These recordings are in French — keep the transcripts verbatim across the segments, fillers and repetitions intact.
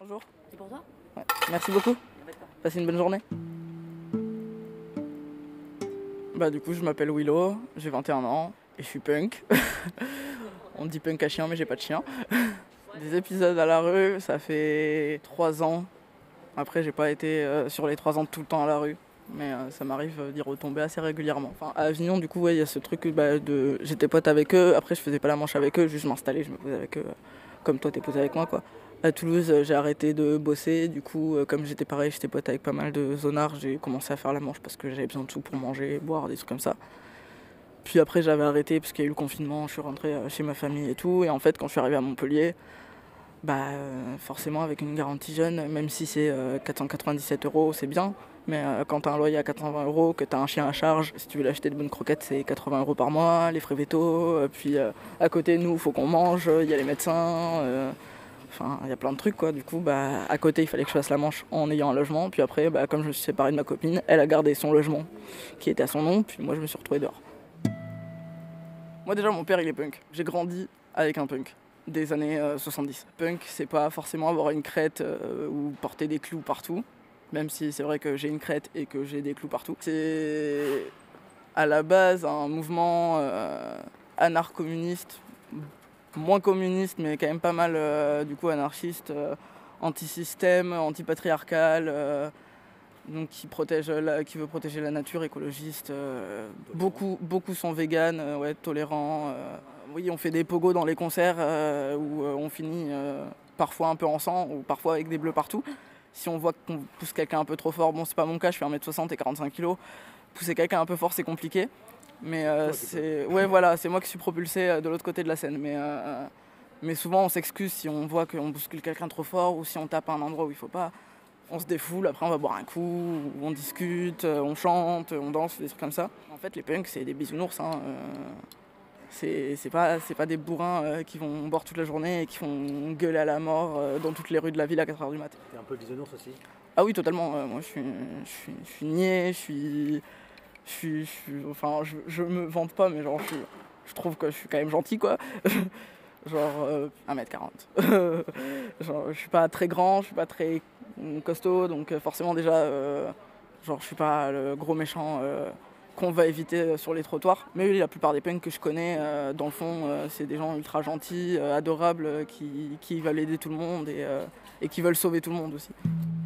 Bonjour. C'est pour toi? Ouais. Merci beaucoup. Passez une bonne journée. Bah du coup je m'appelle Willow, j'ai vingt et un ans et je suis punk. On dit punk à chien mais j'ai pas de chien. Des épisodes à la rue, ça fait trois ans. Après j'ai pas été euh, sur les trois ans tout le temps à la rue. Mais euh, ça m'arrive d'y retomber assez régulièrement. Enfin, à Avignon, du coup, il ouais, y a ce truc bah, de... J'étais pote avec eux, après je faisais pas la manche avec eux, juste je m'installais, je me posais avec eux, euh, comme toi t'es posé avec moi, quoi. À Toulouse, euh, j'ai arrêté de bosser, du coup, euh, comme j'étais pareil, j'étais pote avec pas mal de zonards, j'ai commencé à faire la manche parce que j'avais besoin de sous pour manger, boire, des trucs comme ça. Puis après, j'avais arrêté parce qu'il y a eu le confinement, je suis rentré euh, chez ma famille et tout, et en fait, quand je suis arrivé à Montpellier, bah euh, forcément avec une garantie jeune, même si c'est euh, quatre cent quatre-vingt-dix-sept euros, c'est bien. Mais euh, quand t'as un loyer à quatre cent vingt euros, que t'as un chien à charge, si tu veux l'acheter de bonnes croquettes, c'est quatre-vingts euros par mois, les frais vétos, euh, puis euh, à côté nous, il faut qu'on mange, il y a les médecins, euh, enfin il y a plein de trucs quoi. Du coup, bah à côté, il fallait que je fasse la manche en ayant un logement. Puis après, bah, comme je me suis séparé de ma copine, elle a gardé son logement qui était à son nom, puis moi je me suis retrouvé dehors. Moi déjà, mon père il est punk. J'ai grandi avec un punk des années euh, soixante-dix. Punk, c'est pas forcément avoir une crête euh, ou porter des clous partout, même si c'est vrai que j'ai une crête et que j'ai des clous partout. C'est à la base un mouvement euh, anarcho-communiste, moins communiste, mais quand même pas mal euh, du coup anarchiste, euh, anti-système, anti-patriarcal, euh, donc qui, protège la, qui veut protéger la nature, écologiste. Euh, beaucoup, beaucoup sont véganes, euh, ouais, tolérants. Euh, oui, on fait des pogos dans les concerts euh, où euh, on finit euh, parfois un peu en sang ou parfois avec des bleus partout. Si on voit qu'on pousse quelqu'un un peu trop fort, bon c'est pas mon cas, je fais un mètre soixante et quarante-cinq kilos, pousser quelqu'un un peu fort c'est compliqué. Mais euh, c'est... Ouais, voilà, c'est moi qui suis propulsé de l'autre côté de la scène. Mais, euh, mais souvent on s'excuse si on voit qu'on bouscule quelqu'un trop fort ou si on tape à un endroit où il faut pas. On se défoule, après on va boire un coup, on discute, on chante, on danse, des trucs comme ça. En fait les punks c'est des bisounours, hein. euh, c'est, c'est, pas, c'est pas des bourrins euh, qui vont boire toute la journée et qui vont gueuler à la mort euh, dans toutes les rues de la ville à quatre heures du mat. T'es un peu bisounours aussi? Ah oui totalement, euh, moi je suis, je suis, je suis niais, je suis... Je suis, je suis, enfin, je, je me vante pas, mais genre, je, je trouve que je suis quand même gentil, quoi. Genre, euh, un mètre quarante. Genre, je suis pas très grand, je suis pas très costaud, donc forcément, déjà, euh, genre, je suis pas le gros méchant euh, qu'on va éviter sur les trottoirs. Mais oui, la plupart des punks que je connais, euh, dans le fond, euh, c'est des gens ultra gentils, euh, adorables, euh, qui, qui veulent aider tout le monde et, euh, et qui veulent sauver tout le monde aussi.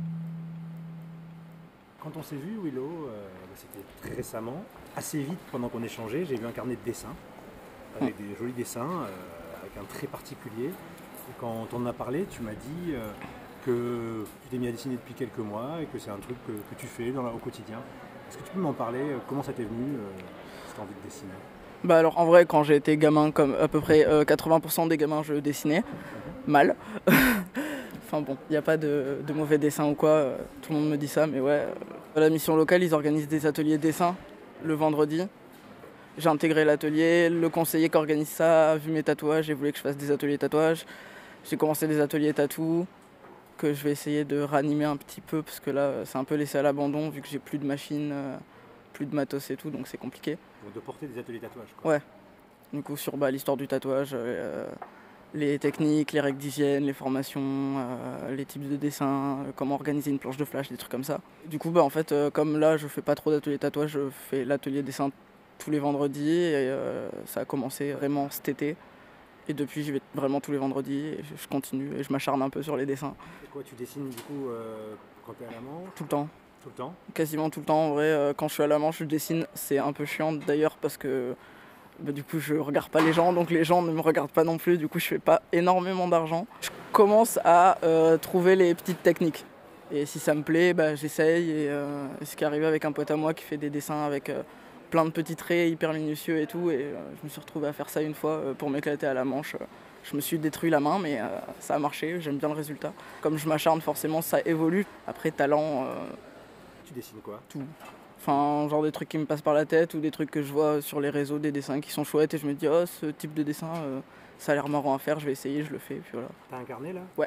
Quand on s'est vu, Willow, euh, c'était très récemment, assez vite pendant qu'on échangeait, j'ai vu un carnet de dessins, avec des jolis dessins, euh, avec un trait particulier. Et quand on en a parlé, tu m'as dit euh, que tu t'es mis à dessiner depuis quelques mois et que c'est un truc que, que tu fais dans la, au quotidien. Est-ce que tu peux m'en parler? Comment ça t'est venu, euh, cette envie de dessiner? Bah alors en vrai quand j'ai été gamin, comme à peu près euh, quatre-vingts pour cent des gamins je dessinais, mal. Enfin bon, il n'y a pas de, de mauvais dessins ou quoi, euh, tout le monde me dit ça, mais ouais. Euh, à la mission locale, ils organisent des ateliers de dessin le vendredi. J'ai intégré l'atelier, le conseiller qui organise ça a vu mes tatouages et voulait que je fasse des ateliers tatouages. J'ai commencé des ateliers tatou que je vais essayer de ranimer un petit peu parce que là c'est un peu laissé à l'abandon vu que j'ai plus de machines, euh, plus de matos et tout, donc c'est compliqué. Donc de porter des ateliers tatouages quoi. Ouais, du coup sur bah, l'histoire du tatouage, euh, les techniques, les règles d'hygiène, les formations, euh, les types de dessins, euh, comment organiser une planche de flash, des trucs comme ça. Du coup, bah, en fait, euh, comme là, je fais pas trop d'ateliers tatouage, je fais l'atelier dessin tous les vendredis et euh, ça a commencé vraiment cet été. Et depuis, j'y vais vraiment tous les vendredis et je continue et je m'acharne un peu sur les dessins. Et quoi, tu dessines du coup euh, quand t'es à la manche? Tout le temps. Tout le temps? Quasiment tout le temps. En vrai, euh, quand je suis à la manche, je dessine. C'est un peu chiant d'ailleurs parce que bah, du coup, je regarde pas les gens, donc les gens ne me regardent pas non plus. Du coup, je fais pas énormément d'argent. Je commence à euh, trouver les petites techniques. Et si ça me plaît, bah, j'essaye. Et euh, ce qui est arrivé avec un pote à moi qui fait des dessins avec euh, plein de petits traits hyper minutieux et tout. Et euh, je me suis retrouvé à faire ça une fois euh, pour m'éclater à la manche. Je me suis détruit la main, mais euh, ça a marché. J'aime bien le résultat. Comme je m'acharne, forcément, ça évolue. Après, talent... Euh, tu dessines quoi? Tout. Enfin, genre des trucs qui me passent par la tête ou des trucs que je vois sur les réseaux, des dessins qui sont chouettes et je me dis oh ce type de dessin euh, ça a l'air marrant à faire, je vais essayer, je le fais et puis voilà. T'as un carnet là? Ouais.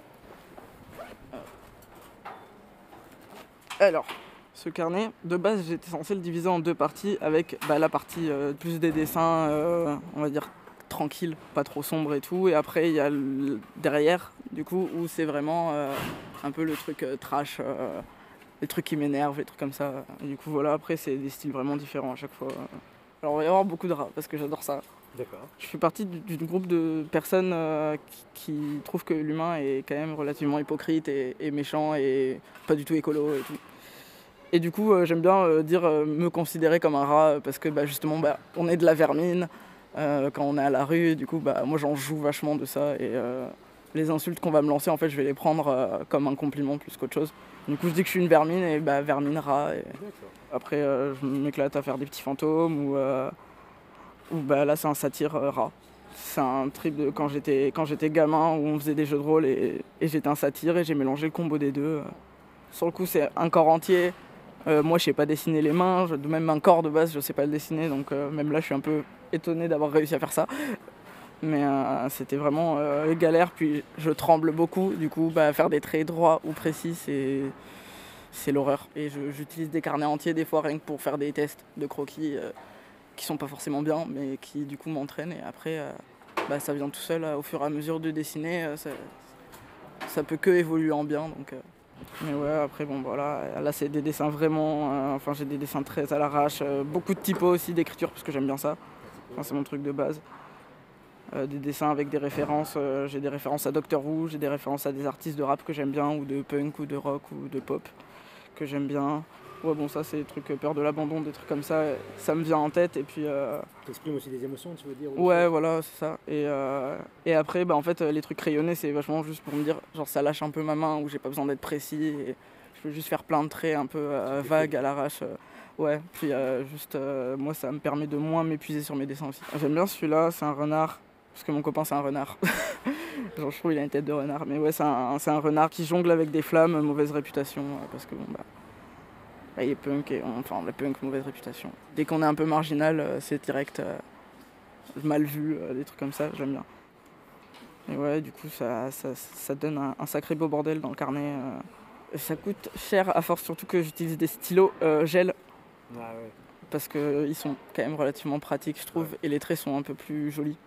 Alors, ce carnet, de base j'étais censé le diviser en deux parties avec bah, la partie euh, plus des dessins, euh, on va dire tranquille, pas trop sombre et tout. Et après, il y a le derrière, du coup, où c'est vraiment euh, un peu le truc euh, trash, euh, les trucs qui m'énervent, les trucs comme ça. Et du coup, voilà, après, c'est des styles vraiment différents à chaque fois. Alors, il va y avoir beaucoup de rap, parce que j'adore ça. D'accord. Je fais partie d'un groupe de personnes euh, qui, qui trouvent que l'humain est quand même relativement hypocrite et, et méchant et pas du tout écolo et tout. Et du coup, euh, j'aime bien euh, dire euh, me considérer comme un rat parce que bah, justement, bah, on est de la vermine euh, quand on est à la rue. Et du coup, bah, moi, j'en joue vachement de ça. Et euh, les insultes qu'on va me lancer, en fait, je vais les prendre euh, comme un compliment plus qu'autre chose. Du coup, je dis que je suis une vermine et bah, vermine, rat. Et... Après, euh, je m'éclate à faire des petits fantômes ou... Euh, Ou bah là c'est un satire euh, rat. C'est un trip de quand j'étais quand j'étais gamin où on faisait des jeux de rôle et, et j'étais un satire et j'ai mélangé le combo des deux. Sur le coup c'est un corps entier. Euh, moi je sais pas dessiner les mains, je, même un corps de base je sais pas le dessiner donc euh, même là je suis un peu étonné d'avoir réussi à faire ça. Mais euh, c'était vraiment euh, galère puis je tremble beaucoup du coup bah, faire des traits droits ou précis c'est, c'est l'horreur. Et je, j'utilise des carnets entiers des fois rien que pour faire des tests de croquis. Euh, qui sont pas forcément bien, mais qui du coup m'entraînent et après euh, bah, ça vient tout seul euh, au fur et à mesure de dessiner, euh, ça, ça peut que évoluer en bien. Donc, euh. Mais ouais, après bon voilà, là c'est des dessins vraiment, euh, enfin j'ai des dessins très à l'arrache, euh, beaucoup de typos aussi d'écriture parce que j'aime bien ça, enfin, c'est mon truc de base. Euh, des dessins avec des références, euh, j'ai des références à Doctor Who, j'ai des références à des artistes de rap que j'aime bien, ou de punk, ou de rock, ou de pop que j'aime bien. Ouais, bon, ça, c'est des trucs euh, peur de l'abandon, des trucs comme ça, ça me vient en tête. Et puis. Euh... T'exprimes aussi des émotions, tu veux dire? Ouais, voilà, c'est ça. Et, euh... et après, bah, en fait, les trucs crayonnés, c'est vachement juste pour me dire, genre, ça lâche un peu ma main, où j'ai pas besoin d'être précis. Et je peux juste faire plein de traits un peu euh, vagues à l'arrache. Euh... Ouais, puis euh, juste, euh, moi, ça me permet de moins m'épuiser sur mes dessins aussi. J'aime bien celui-là, c'est un renard, parce que mon copain, c'est un renard. Genre, je trouve qu'il a une tête de renard. Mais ouais, c'est un, c'est un renard qui jongle avec des flammes, mauvaise réputation, parce que bon, bah. Bah, il est punk, et on, enfin, le punk, mauvaise réputation. Dès qu'on est un peu marginal, euh, c'est direct euh, mal vu, euh, des trucs comme ça, j'aime bien. Et ouais, du coup, ça, ça, ça donne un, un sacré beau bordel dans le carnet. Euh. Ça coûte cher, à force surtout que j'utilise des stylos euh, gel. Ah ouais. Parce qu'ils euh, sont quand même relativement pratiques, je trouve, ouais. Et les traits sont un peu plus jolis.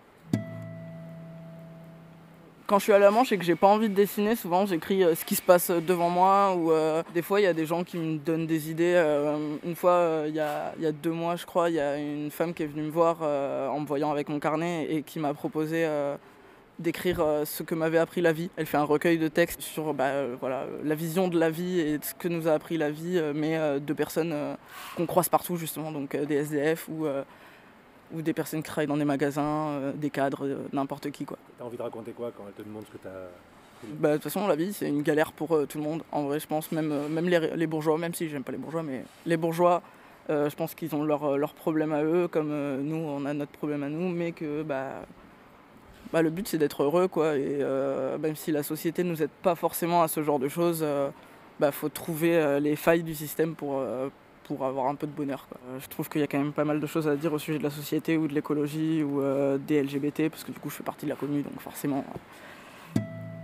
Quand je suis à la manche et que j'ai pas envie de dessiner, souvent j'écris euh, ce qui se passe devant moi ou euh, des fois il y a des gens qui me donnent des idées. Euh, une fois, euh, il y a, y a deux mois je crois, il y a une femme qui est venue me voir euh, en me voyant avec mon carnet et qui m'a proposé euh, d'écrire euh, ce que m'avait appris la vie. Elle fait un recueil de textes sur bah, euh, voilà, la vision de la vie et ce que nous a appris la vie, euh, mais euh, de personnes euh, qu'on croise partout justement, donc euh, des S D F ou... Euh, ou des personnes qui travaillent dans des magasins, euh, des cadres, euh, n'importe qui quoi. T'as envie de raconter quoi quand elle te demande ce que t'as... Bah, de toute façon, la vie, c'est une galère pour euh, tout le monde. En vrai, je pense, même, euh, même les, les bourgeois, même si j'aime pas les bourgeois, mais les bourgeois, euh, je pense qu'ils ont leurs leur problèmes à eux, comme euh, nous, on a notre problème à nous, mais que bah, bah, le but, c'est d'être heureux, quoi. Et euh, même si la société ne nous aide pas forcément à ce genre de choses, euh, bah, faut trouver euh, les failles du système pour... Euh, pour avoir un peu de bonheur, quoi. Euh, je trouve qu'il y a quand même pas mal de choses à dire au sujet de la société ou de l'écologie ou euh, des L G B T, parce que du coup je fais partie de la commune, donc forcément... Euh...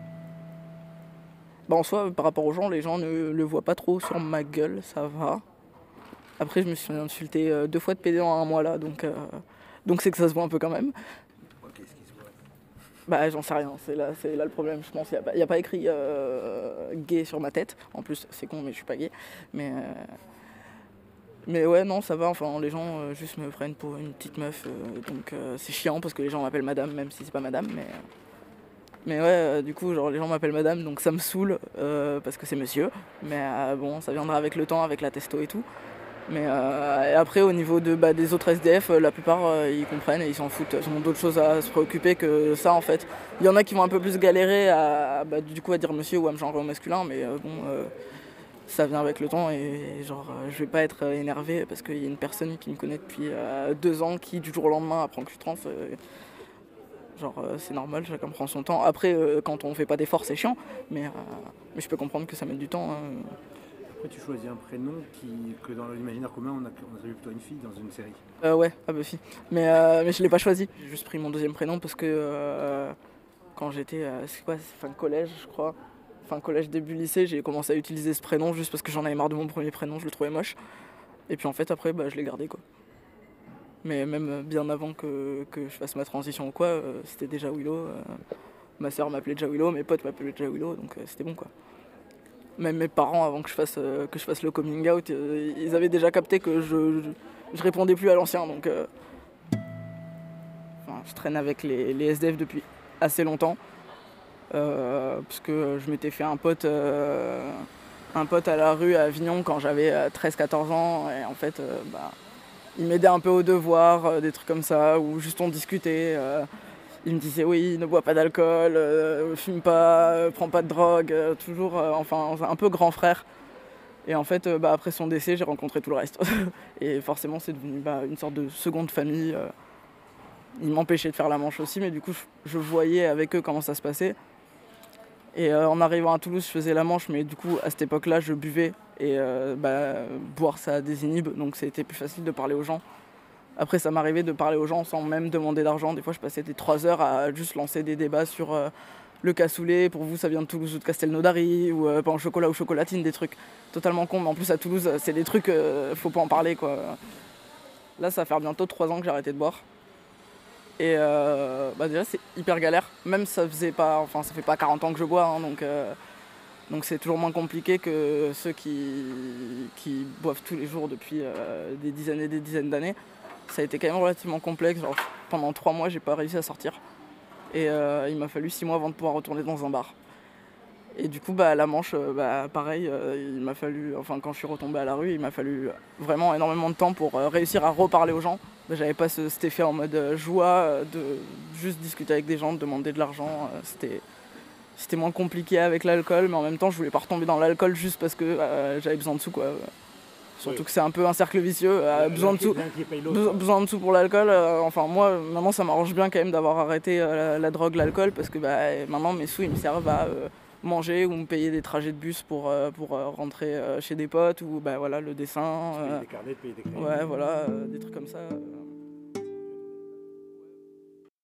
Bah, en soi, par rapport aux gens, les gens ne le voient pas trop sur ma gueule, ça va. Après je me suis insulté euh, deux fois de pédé en un mois là, donc euh... donc c'est que ça se voit un peu quand même. Qu'est-ce qui se voit? Bah j'en sais rien, c'est là, c'est là le problème, je pense. Il n'y a, a pas écrit euh, gay sur ma tête, en plus c'est con mais je suis pas gay, mais... Euh... Mais ouais, non, ça va, enfin, les gens euh, juste me prennent pour une petite meuf, euh, donc euh, c'est chiant parce que les gens m'appellent madame, même si c'est pas madame, mais... Euh... Mais ouais, euh, du coup, genre, les gens m'appellent madame, donc ça me saoule, euh, parce que c'est monsieur, mais euh, bon, ça viendra avec le temps, avec la testo et tout. Mais euh, et après, au niveau de, bah, des autres S D F, euh, la plupart, euh, ils comprennent et ils s'en foutent, ils ont d'autres choses à se préoccuper que ça, en fait. Il y en a qui vont un peu plus galérer à, bah, du coup, à dire monsieur ou à me genrer au masculin, mais euh, bon... Euh, ça vient avec le temps et genre euh, je vais pas être énervé parce qu'il y a une personne qui me connaît depuis euh, deux ans qui du jour au lendemain apprend que je suis trans. Euh, genre euh, c'est normal, chacun prend son temps. Après euh, quand on fait pas d'efforts c'est chiant, mais, euh, mais je peux comprendre que ça met du temps. Hein. Après tu choisis un prénom qui, que dans l'imaginaire commun on a, on a vu plutôt une fille dans une série. Euh, ouais, ah Buffy. Mais, euh, mais je l'ai pas choisi, j'ai juste pris mon deuxième prénom parce que euh, quand j'étais, euh, c'est quoi, c'est fin collège je crois. Enfin, collège, début lycée, j'ai commencé à utiliser ce prénom juste parce que j'en avais marre de mon premier prénom, je le trouvais moche. Et puis en fait, après, bah, je l'ai gardé, quoi. Mais même bien avant que, que je fasse ma transition ou quoi, euh, c'était déjà Willow. Euh, ma soeur m'appelait déjà Willow, mes potes m'appelaient déjà Willow, donc euh, c'était bon quoi. Même mes parents, avant que je fasse, euh, que je fasse le coming out, euh, ils avaient déjà capté que je, je, je répondais plus à l'ancien. Donc, euh, enfin, je traîne avec les, les S D F depuis assez longtemps. Euh, parce que je m'étais fait un pote, euh, un pote à la rue à Avignon quand j'avais treize quatorze ans. Et en fait, euh, bah, il m'aidait un peu aux devoirs, euh, des trucs comme ça, où juste on discutait. Euh, il me disait oui, ne bois pas d'alcool, euh, fume pas, euh, prends pas de drogue, euh, toujours, euh, enfin, un peu grand frère. Et en fait, euh, bah, après son décès, j'ai rencontré tout le reste. Et forcément, c'est devenu bah, une sorte de seconde famille. Euh, ils m'empêchaient de faire la manche aussi, mais du coup, je, je voyais avec eux comment ça se passait. Et euh, en arrivant à Toulouse, je faisais la manche, mais du coup, à cette époque-là, je buvais. Et euh, bah, boire, ça désinhibe, donc c'était plus facile de parler aux gens. Après, ça m'arrivait de parler aux gens sans même demander d'argent. Des fois, je passais des trois heures à juste lancer des débats sur euh, le cassoulet. Pour vous, ça vient de Toulouse ou de Castelnaudary, ou euh, pain au chocolat ou chocolatine, des trucs totalement cons. Mais en plus, à Toulouse, c'est des trucs, euh, faut pas en parler, quoi. Là, ça va faire bientôt trois ans que j'ai arrêté de boire. Et euh, bah déjà, c'est hyper galère. Même ça faisait pas, enfin, ça fait pas quarante ans que je bois, hein, donc euh, donc c'est toujours moins compliqué que ceux qui, qui boivent tous les jours depuis euh, des dizaines et des dizaines d'années. Ça a été quand même relativement complexe. Genre, pendant trois mois, j'ai pas réussi à sortir. Et euh, il m'a fallu six mois avant de pouvoir retourner dans un bar. Et du coup, bah, la manche, euh, bah, pareil, euh, il m'a fallu, enfin, quand je suis retombée à la rue, il m'a fallu vraiment énormément de temps pour euh, réussir à reparler aux gens. Bah, j'avais pas ce, cet effet en mode euh, joie euh, de juste discuter avec des gens, de demander de l'argent. Euh, c'était, c'était moins compliqué avec l'alcool, mais en même temps, je voulais pas retomber dans l'alcool juste parce que euh, j'avais besoin de sous, quoi. Surtout oui. Que c'est un peu un cercle vicieux, euh, besoin, de sous, besoin, besoin de sous pour l'alcool. Euh, enfin moi, maintenant ça m'arrange bien quand même d'avoir arrêté euh, la, la drogue, l'alcool, parce que bah, maintenant mes sous ils me servent à euh, manger ou me payer des trajets de bus pour, euh, pour euh, rentrer euh, chez des potes, ou bah, voilà, le dessin. Euh, payer des carnets, payer des crédits. Ouais, voilà, euh, des trucs comme ça. Euh.